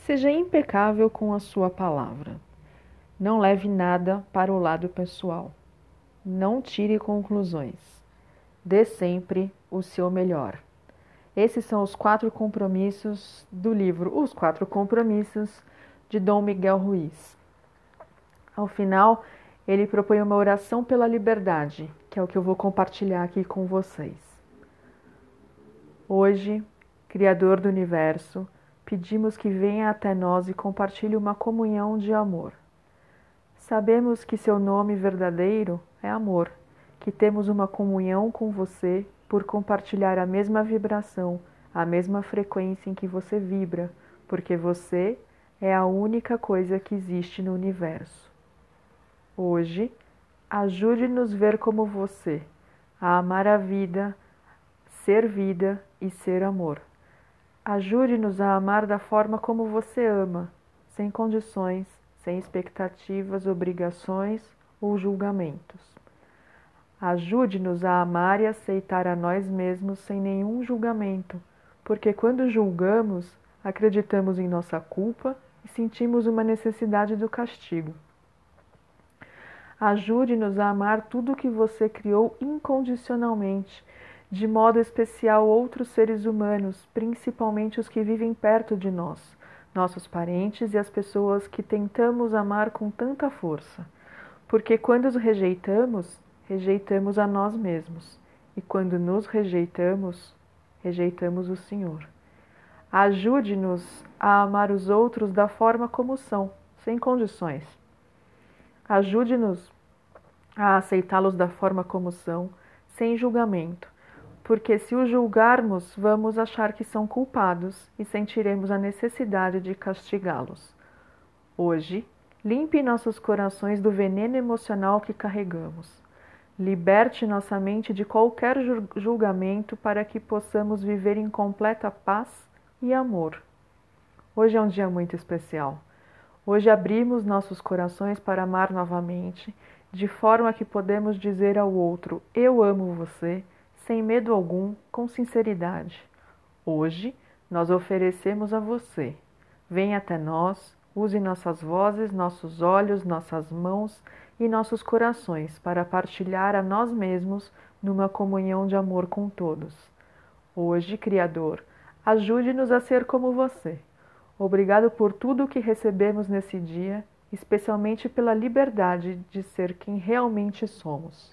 Seja impecável com a sua palavra. Não leve nada para o lado pessoal. Não tire conclusões. Dê sempre o seu melhor. Esses são os 4 compromissos do livro Os 4 Compromissos, de Dom Miguel Ruiz. Ao final, ele propõe uma oração pela liberdade, que é o que eu vou compartilhar aqui com vocês. Hoje, Criador do Universo, pedimos que venha até nós e compartilhe uma comunhão de amor. Sabemos que seu nome verdadeiro é amor, que temos uma comunhão com você por compartilhar a mesma vibração, a mesma frequência em que você vibra, porque você é a única coisa que existe no universo. Hoje, ajude-nos a ver como você, a amar a vida e ser amor. Ajude-nos a amar da forma como você ama, sem condições, sem expectativas, obrigações ou julgamentos. Ajude-nos a amar e aceitar a nós mesmos sem nenhum julgamento, porque quando julgamos, acreditamos em nossa culpa e sentimos uma necessidade do castigo. Ajude-nos a amar tudo o que você criou incondicionalmente, de modo especial outros seres humanos, principalmente os que vivem perto de nós, nossos parentes e as pessoas que tentamos amar com tanta força. Porque quando os rejeitamos, rejeitamos a nós mesmos. E quando nos rejeitamos, rejeitamos o Senhor. Ajude-nos a amar os outros da forma como são, sem condições. Ajude-nos a aceitá-los da forma como são, sem julgamento, porque se os julgarmos, vamos achar que são culpados e sentiremos a necessidade de castigá-los. Hoje, limpe nossos corações do veneno emocional que carregamos. Liberte nossa mente de qualquer julgamento para que possamos viver em completa paz e amor. Hoje é um dia muito especial. Hoje abrimos nossos corações para amar novamente, de forma que podemos dizer ao outro: eu amo você, sem medo algum, com sinceridade. Hoje, nós oferecemos a você. Venha até nós, use nossas vozes, nossos olhos, nossas mãos e nossos corações para partilhar a nós mesmos numa comunhão de amor com todos. Hoje, Criador, ajude-nos a ser como você. Obrigado por tudo o que recebemos nesse dia, especialmente pela liberdade de ser quem realmente somos.